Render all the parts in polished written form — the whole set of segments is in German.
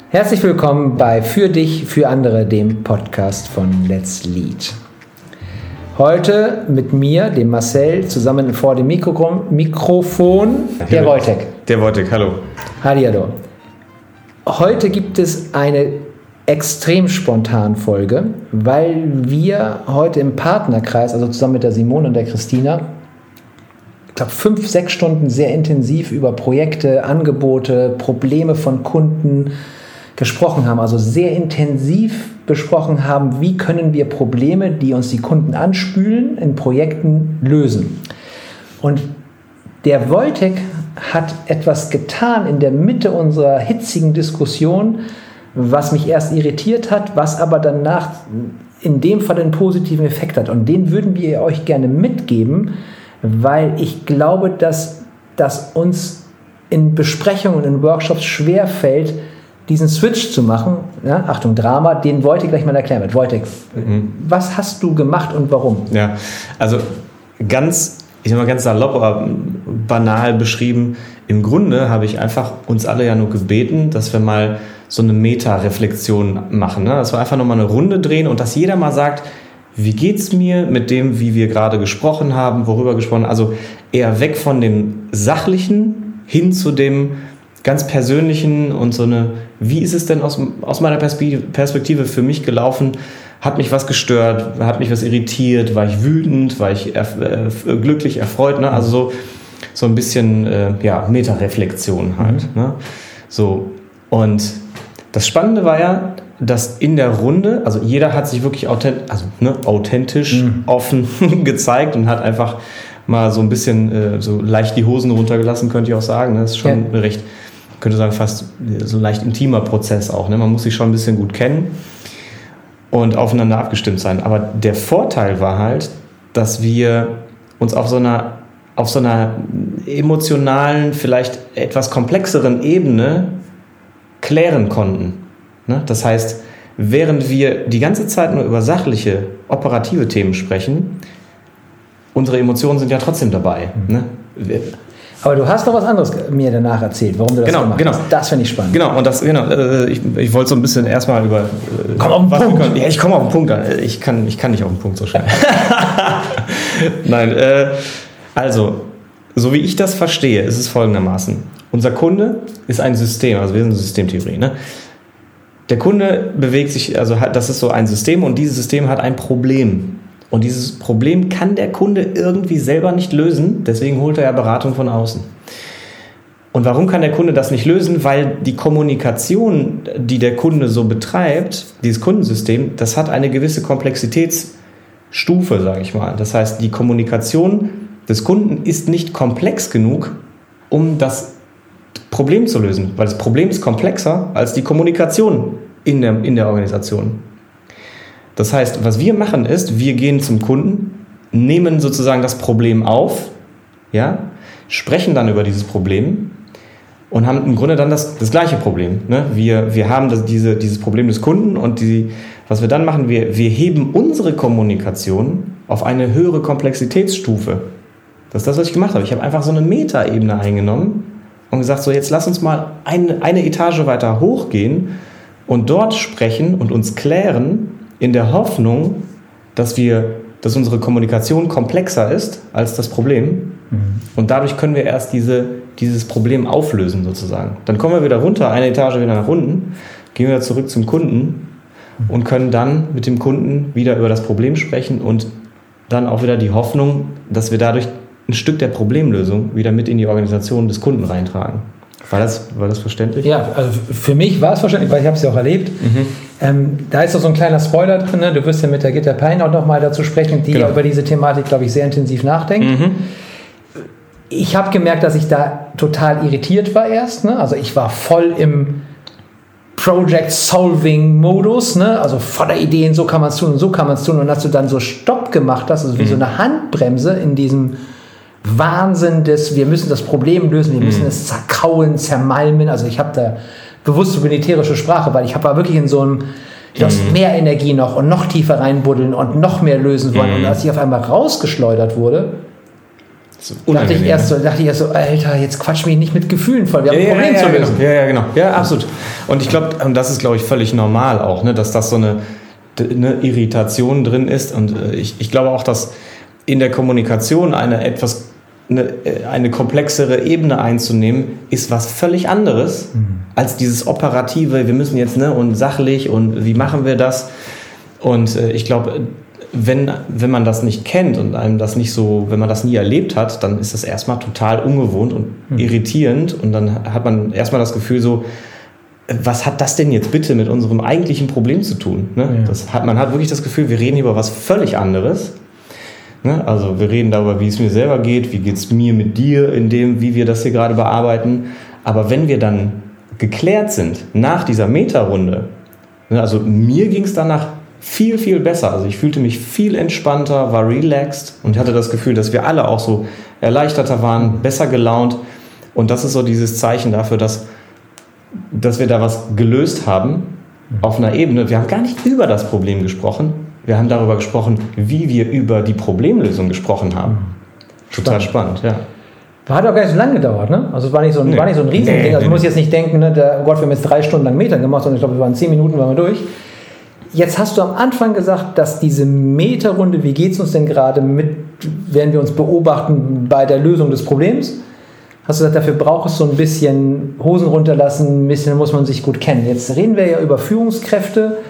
Herzlich willkommen bei Für dich, für andere, dem Podcast von Let's Lead. Heute mit mir, dem Marcel, zusammen vor dem Mikrofon, der Wojtek. Der Wojtek, hallo. Hallihallo. Heute gibt es eine extrem spontan Folge, weil wir heute im Partnerkreis, also zusammen mit der Simone und der Christina, ich glaube 5-6 Stunden sehr intensiv über Projekte, Angebote, Probleme von Kunden gesprochen haben, also sehr intensiv besprochen haben, wie können wir Probleme, die uns die Kunden anspülen, in Projekten lösen. Und der Wojtek hat etwas getan in der Mitte unserer hitzigen Diskussion, was mich erst irritiert hat, was aber danach in dem Fall einen positiven Effekt hat. Und den würden wir euch gerne mitgeben, weil ich glaube, dass uns in Besprechungen, in Workshops schwerfällt, diesen Switch zu machen. Ja, Achtung, Drama, den Wojtek gleich mal erklären wird. Wojtek, was hast du gemacht und warum? Ja, also ganz salopp, aber banal beschrieben, im Grunde habe ich einfach uns alle ja nur gebeten, dass wir mal so eine Meta-Reflexion machen. Ne? Dass wir einfach nochmal eine Runde drehen und dass jeder mal sagt, wie geht's mir mit dem, wie wir gerade gesprochen haben, worüber gesprochen haben. Also eher weg von dem Sachlichen hin zu dem ganz Persönlichen und so eine, wie ist es denn aus meiner Perspektive für mich gelaufen? Hat mich was gestört? Hat mich was irritiert? War ich wütend? War ich glücklich, erfreut? Ne? Also so ein bisschen Meta-Reflexion halt. Ne? So. Und das Spannende war ja, dass in der Runde, also jeder hat sich wirklich authentisch offen gezeigt und hat einfach mal so ein bisschen so leicht die Hosen runtergelassen, könnte ich auch sagen. Das ist schon recht, könnte sagen, fast so ein leicht intimer Prozess auch. Ne? Man muss sich schon ein bisschen gut kennen und aufeinander abgestimmt sein. Aber der Vorteil war halt, dass wir uns auf so einer emotionalen, vielleicht etwas komplexeren Ebene klären konnten. Ne? Das heißt, während wir die ganze Zeit nur über sachliche, operative Themen sprechen, unsere Emotionen sind ja trotzdem dabei. Ne? Aber du hast noch was anderes mir danach erzählt, warum du das gemacht hast. Das finde ich spannend. Genau, und ich wollte so ein bisschen erstmal über... Komm auf den Punkt. Ja, ich komme auf den Punkt. Ich kann nicht auf den Punkt so schnell. Nein, also, so wie ich das verstehe, ist es folgendermaßen. Unser Kunde ist ein System, also wir sind eine Systemtheorie. Ne? Der Kunde bewegt sich, also das ist so ein System und dieses System hat ein Problem. Und dieses Problem kann der Kunde irgendwie selber nicht lösen, deswegen holt er ja Beratung von außen. Und warum kann der Kunde das nicht lösen? Weil die Kommunikation, die der Kunde so betreibt, dieses Kundensystem, das hat eine gewisse Komplexitätsstufe, sage ich mal. Das heißt, die Kommunikation des Kunden ist nicht komplex genug, um das Problem zu lösen, weil das Problem ist komplexer als die Kommunikation in der Organisation. Das heißt, was wir machen ist, wir gehen zum Kunden, nehmen sozusagen das Problem auf, ja, sprechen dann über dieses Problem und haben im Grunde dann das gleiche Problem. Ne? Wir haben dieses Problem des Kunden und was wir dann machen, wir heben unsere Kommunikation auf eine höhere Komplexitätsstufe. Das ist das, was ich gemacht habe. Ich habe einfach so eine Metaebene eingenommen und gesagt, so jetzt lass uns mal eine Etage weiter hochgehen und dort sprechen und uns klären, in der Hoffnung, dass unsere Kommunikation komplexer ist als das Problem. Und dadurch können wir erst dieses Problem auflösen sozusagen. Dann kommen wir wieder runter, eine Etage wieder nach unten, gehen wieder zurück zum Kunden und können dann mit dem Kunden wieder über das Problem sprechen und dann auch wieder die Hoffnung, dass wir dadurch ein Stück der Problemlösung wieder mit in die Organisation des Kunden reintragen. War das verständlich? Ja, also für mich war es verständlich, weil ich habe es ja auch erlebt. Da ist doch so ein kleiner Spoiler drin. Ne? Du wirst ja mit der Gitta Pein auch nochmal dazu sprechen, die über diese Thematik, glaube ich, sehr intensiv nachdenkt. Ich habe gemerkt, dass ich da total irritiert war erst. Ne? Also ich war voll im Project-Solving-Modus. Ne? Also voller Ideen, so kann man es tun und so kann man es tun. Und dass du dann so Stopp gemacht hast, also wie so eine Handbremse in diesem Wahnsinn wir müssen das Problem lösen, wir müssen es zerkauen, zermalmen. Also ich habe da bewusst so militärische Sprache, weil ich war wirklich in so einem mehr Energie noch tiefer reinbuddeln und noch mehr lösen wollen. Und als ich auf einmal rausgeschleudert wurde, Dachte ich erst so, Alter, jetzt quatsch mich nicht mit Gefühlen voll. Wir haben ein Problem zu lösen. Genau. Ja, absolut. Und ich glaube, das ist, glaube ich, völlig normal auch, ne, dass das so eine Irritation drin ist. Und ich glaube auch, dass in der Kommunikation eine komplexere Ebene einzunehmen, ist was völlig anderes als dieses operative, wir müssen jetzt, ne, und sachlich und wie machen wir das? Und ich glaube, wenn man das nicht kennt und einem das nicht so, wenn man das nie erlebt hat, dann ist das erstmal total ungewohnt und irritierend und dann hat man erstmal das Gefühl so, was hat das denn jetzt bitte mit unserem eigentlichen Problem zu tun? Ne? Ja. Man hat wirklich das Gefühl, wir reden hier über was völlig anderes. Ne? Also wir reden darüber, wie es mir selber geht, wie geht es mir mit dir in dem, wie wir das hier gerade bearbeiten. Aber wenn wir dann geklärt sind nach dieser Meta-Runde, ne, also mir ging es danach viel, viel besser. Also ich fühlte mich viel entspannter, war relaxed und hatte das Gefühl, dass wir alle auch so erleichterter waren, besser gelaunt. Und das ist so dieses Zeichen dafür, dass wir da was gelöst haben auf einer Ebene. Wir haben gar nicht über das Problem gesprochen. Wir haben darüber gesprochen, wie wir über die Problemlösung gesprochen haben. Total spannend, ja. Hat auch gar nicht so lange gedauert, ne? Also es war nicht so ein Riesending. Also man muss jetzt nicht denken, ne, wir haben jetzt 3 Stunden lang Meter gemacht, sondern ich glaube, wir waren 10 Minuten, waren wir durch. Jetzt hast du am Anfang gesagt, dass diese Meterrunde, wie geht es uns denn gerade werden wir uns beobachten bei der Lösung des Problems? Hast du gesagt, dafür braucht es so ein bisschen Hosen runterlassen, ein bisschen muss man sich gut kennen. Jetzt reden wir ja über Führungskräfte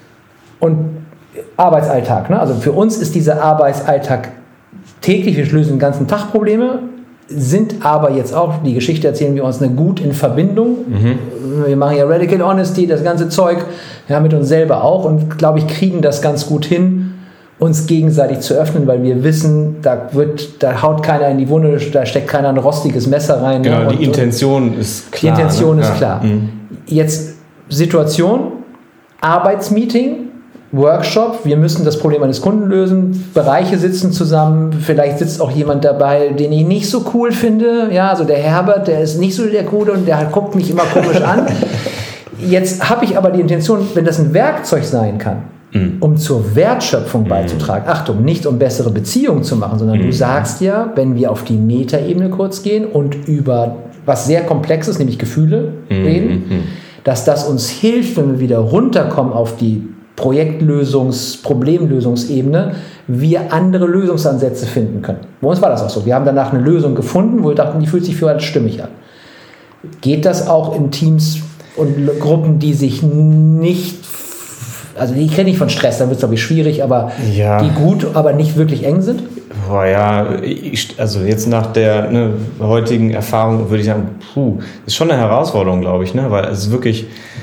und Arbeitsalltag. Ne? Also für uns ist dieser Arbeitsalltag täglich, wir lösen den ganzen Tag Probleme, sind aber jetzt auch, die Geschichte erzählen wir uns, gut in Verbindung. Wir machen ja Radical Honesty, das ganze Zeug, ja, mit uns selber auch und glaube ich, kriegen das ganz gut hin, uns gegenseitig zu öffnen, weil wir wissen, da haut keiner in die Wunde, da steckt keiner ein rostiges Messer rein. Genau, ne? Die Intention ist klar. Die Intention ist klar. Jetzt Situation, Arbeitsmeeting, Workshop, wir müssen das Problem eines Kunden lösen, Bereiche sitzen zusammen, vielleicht sitzt auch jemand dabei, den ich nicht so cool finde, ja, also der Herbert, der ist nicht so der Coole und der guckt mich immer komisch an. Jetzt habe ich aber die Intention, wenn das ein Werkzeug sein kann, um zur Wertschöpfung beizutragen, Achtung, nicht um bessere Beziehungen zu machen, sondern du sagst ja, wenn wir auf die Metaebene kurz gehen und über was sehr Komplexes, nämlich Gefühle reden, dass das uns hilft, wenn wir wieder runterkommen auf die Problemlösungsebene, wir andere Lösungsansätze finden können. Bei uns war das auch so. Wir haben danach eine Lösung gefunden, wo wir dachten, die fühlt sich für uns stimmig an. Geht das auch in Teams und Gruppen, die sich nicht, also die kenne ich von Stress, dann wird es glaube ich schwierig, aber die gut, aber nicht wirklich eng sind? Boah, ja, also jetzt nach der heutigen Erfahrung würde ich sagen, ist schon eine Herausforderung, glaube ich, ne? Weil es ist wirklich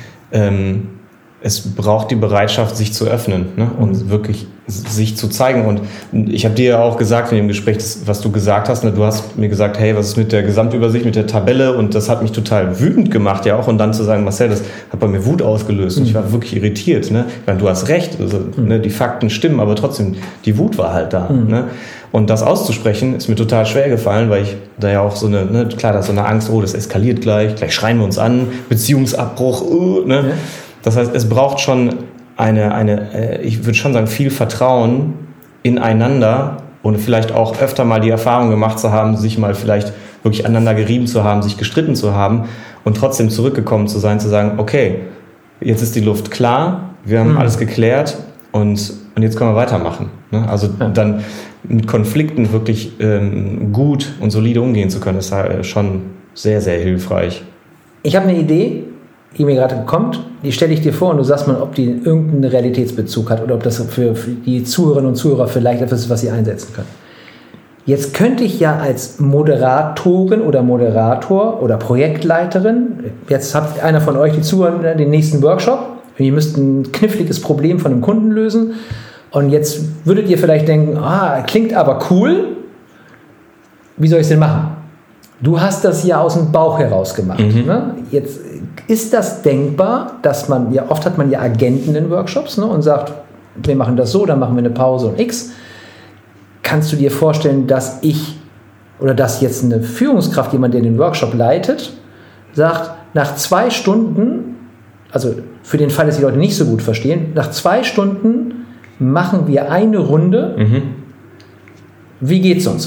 es braucht die Bereitschaft, sich zu öffnen, ne? Und wirklich sich zu zeigen. Und ich habe dir ja auch gesagt in dem Gespräch, was du gesagt hast, ne? Du hast mir gesagt, hey, was ist mit der Gesamtübersicht, mit der Tabelle? Und das hat mich total wütend gemacht, ja auch. Und dann zu sagen, Marcel, das hat bei mir Wut ausgelöst. Und ich war wirklich irritiert. Ne? Ich meine, du hast recht, also, ne, die Fakten stimmen, aber trotzdem, die Wut war halt da. Ne? Und das auszusprechen, ist mir total schwer gefallen, weil ich da ja auch so klar, da ist so eine Angst, das eskaliert gleich schreien wir uns an, Beziehungsabbruch, ne? Ja. Das heißt, es braucht schon ich würde schon sagen, viel Vertrauen ineinander und vielleicht auch öfter mal die Erfahrung gemacht zu haben, sich mal vielleicht wirklich aneinander gerieben zu haben, sich gestritten zu haben und trotzdem zurückgekommen zu sein, zu sagen, okay, jetzt ist die Luft klar, wir haben alles geklärt und jetzt können wir weitermachen. Ne? Also dann mit Konflikten wirklich gut und solide umgehen zu können, ist halt schon sehr, sehr hilfreich. Ich habe eine Idee, die mir gerade kommt, die stelle ich dir vor und du sagst mal, ob die irgendeinen Realitätsbezug hat oder ob das für die Zuhörerinnen und Zuhörer vielleicht etwas ist, was sie einsetzen können. Jetzt könnte ich ja als Moderatorin oder Moderator oder Projektleiterin, jetzt habt einer von euch, die zuhören, den nächsten Workshop, ihr müsst ein kniffliges Problem von einem Kunden lösen und jetzt würdet ihr vielleicht denken, klingt aber cool, wie soll ich es denn machen? Du hast das ja aus dem Bauch heraus gemacht. Ne? Jetzt ist das denkbar, dass oft hat man ja Agenten in Workshops, ne, und sagt, wir machen das so, dann machen wir eine Pause und X. Kannst du dir vorstellen, dass dass jetzt eine Führungskraft, jemand, der den Workshop leitet, sagt, nach 2 Stunden, also für den Fall, dass die Leute nicht so gut verstehen, nach 2 Stunden machen wir eine Runde. Wie geht's uns?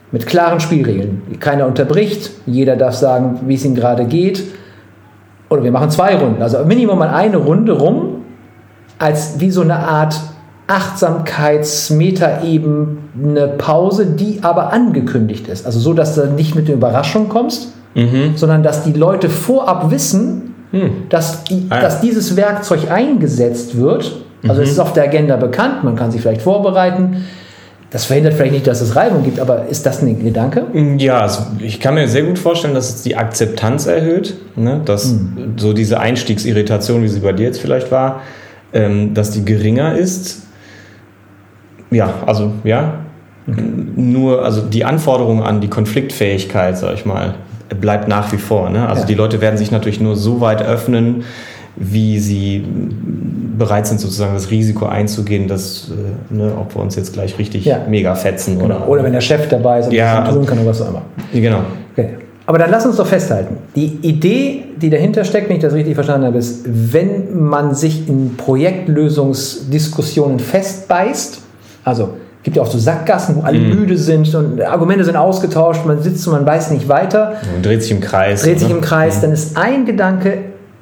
Mit klaren Spielregeln. Keiner unterbricht, jeder darf sagen, wie es ihm gerade geht. Oder wir machen 2 Runden. Also Minimum mal eine Runde rum, als wie so eine Art Achtsamkeits-Meta-Ebene Pause, die aber angekündigt ist. Also so, dass du nicht mit der Überraschung kommst, sondern dass die Leute vorab wissen, dass dieses Werkzeug eingesetzt wird. Also es ist auf der Agenda bekannt, man kann sich vielleicht vorbereiten. Das verhindert vielleicht nicht, dass es Reibung gibt, aber ist das ein Gedanke? Ja, also ich kann mir sehr gut vorstellen, dass es die Akzeptanz erhöht, ne? Dass so diese Einstiegsirritation, wie sie bei dir jetzt vielleicht war, dass die geringer ist. Ja, also nur, also die Anforderung an die Konfliktfähigkeit, sag ich mal, bleibt nach wie vor. Ne? Also die Leute werden sich natürlich nur so weit öffnen, wie sie bereit sind, sozusagen das Risiko einzugehen, dass ob wir uns jetzt gleich richtig mega fetzen. Genau. Oder wenn der Chef dabei ist und tun kann oder was auch immer. Genau. Okay. Aber dann lass uns doch festhalten. Die Idee, die dahinter steckt, wenn ich das richtig verstanden habe, ist, wenn man sich in Projektlösungsdiskussionen festbeißt, also es gibt ja auch so Sackgassen, wo alle müde sind und Argumente sind ausgetauscht, man sitzt und man weiß nicht weiter. Und dreht sich im Kreis. Dann ist ein Gedanke,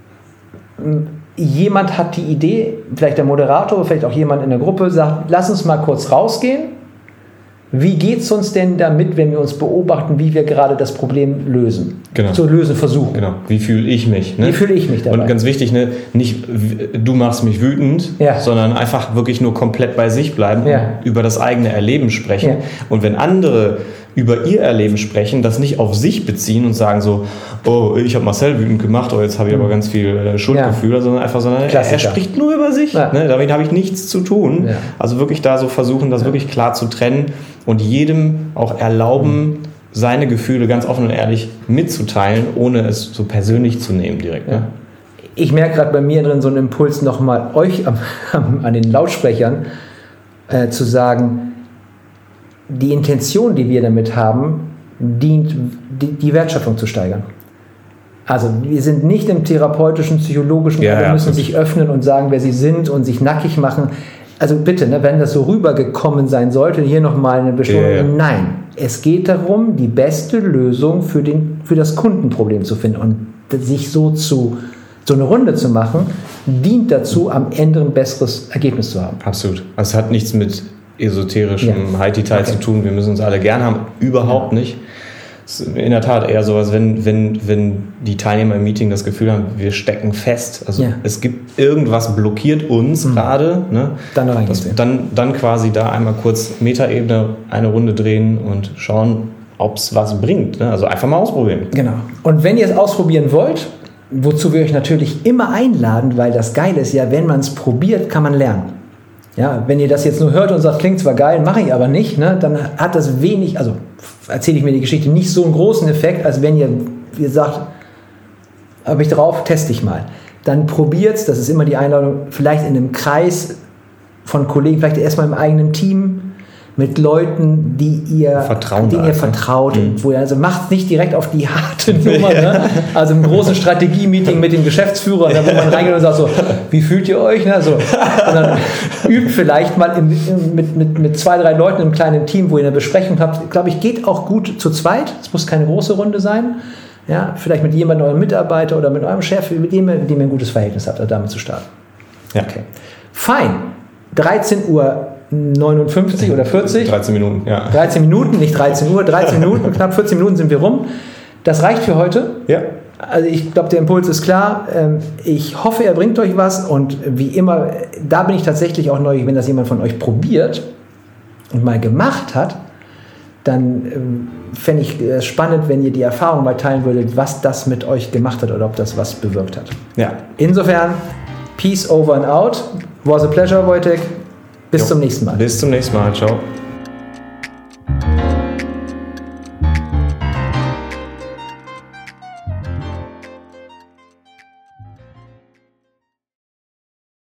jemand hat die Idee, vielleicht der Moderator, vielleicht auch jemand in der Gruppe, sagt, lass uns mal kurz rausgehen. Wie geht es uns denn damit, wenn wir uns beobachten, wie wir gerade das Problem lösen? Genau. Zu lösen versuchen. Genau. Wie fühle ich mich? Ne? Wie fühle ich mich dabei? Und ganz wichtig, ne? Nicht du machst mich wütend, sondern einfach wirklich nur komplett bei sich bleiben und über das eigene Erleben sprechen. Ja. Und wenn andere über ihr Erleben sprechen, das nicht auf sich beziehen und sagen so, oh, ich habe Marcel wütend gemacht, oh, jetzt habe ich aber ganz viel Schuldgefühle, sondern er spricht nur über sich, ne? Damit habe ich nichts zu tun. Ja. Also wirklich da so versuchen, das wirklich klar zu trennen und jedem auch erlauben, seine Gefühle ganz offen und ehrlich mitzuteilen, ohne es so persönlich zu nehmen direkt. Ne? Ich merke gerade bei mir drin so einen Impuls, nochmal euch an den Lautsprechern zu sagen, die Intention, die wir damit haben, dient, die Wertschöpfung zu steigern. Also wir sind nicht im therapeutischen, psychologischen, wir müssen sich öffnen und sagen, wer sie sind und sich nackig machen. Also bitte, ne, wenn das so rübergekommen sein sollte, hier nochmal eine Betonung. Nein, es geht darum, die beste Lösung für das Kundenproblem zu finden. Und sich so eine Runde zu machen, dient dazu, am Ende ein besseres Ergebnis zu haben. Absolut. Also es hat nichts mit esoterischem High-Detail zu tun, wir müssen uns alle gern haben, überhaupt nicht. Es ist in der Tat eher sowas, wenn die Teilnehmer im Meeting das Gefühl haben, wir stecken fest, also es gibt irgendwas blockiert uns gerade, ne? Dann quasi da einmal kurz Metaebene eine Runde drehen und schauen, ob es was bringt, ne? Also einfach mal ausprobieren. Genau. Und wenn ihr es ausprobieren wollt, wozu wir euch natürlich immer einladen, weil das Geile ist ja, wenn man es probiert, kann man lernen. Ja, wenn ihr das jetzt nur hört und sagt, klingt zwar geil, mache ich aber nicht, ne, dann hat das wenig, also erzähle ich mir die Geschichte, nicht so einen großen Effekt, als wenn ihr sagt, habe ich drauf, teste ich mal. Dann probiert's, das ist immer die Einladung, vielleicht in einem Kreis von Kollegen, vielleicht erstmal im eigenen Team, mit Leuten, die ihr vertraut. Wo ihr, also macht nicht direkt auf die harte Nummer. Ne? Also im großen Strategie-Meeting mit dem Geschäftsführer, wo man reingeht und sagt so, wie fühlt ihr euch? Ne? So, und dann übt vielleicht mal mit 2, 3 Leuten im kleinen Team, wo ihr eine Besprechung habt. Glaube ich, geht auch gut zu zweit. Es muss keine große Runde sein. Ja? Vielleicht mit jemandem, eurem Mitarbeiter oder mit eurem Chef, mit dem ihr ein gutes Verhältnis habt, damit zu starten. Ja. Okay. Fein. 13:59 oder 40. 13 Minuten, ja. 13 Minuten, nicht 13 Uhr, 13 Minuten, knapp 14 Minuten sind wir rum. Das reicht für heute. Ja. Also ich glaube, der Impuls ist klar. Ich hoffe, er bringt euch was und wie immer, da bin ich tatsächlich auch neugierig, wenn das jemand von euch probiert und mal gemacht hat, dann fände ich es spannend, wenn ihr die Erfahrung mal teilen würdet, was das mit euch gemacht hat oder ob das was bewirkt hat. Ja. Insofern, peace over and out. Was a pleasure, Wojtek. Bis zum nächsten Mal. Bis zum nächsten Mal. Ciao.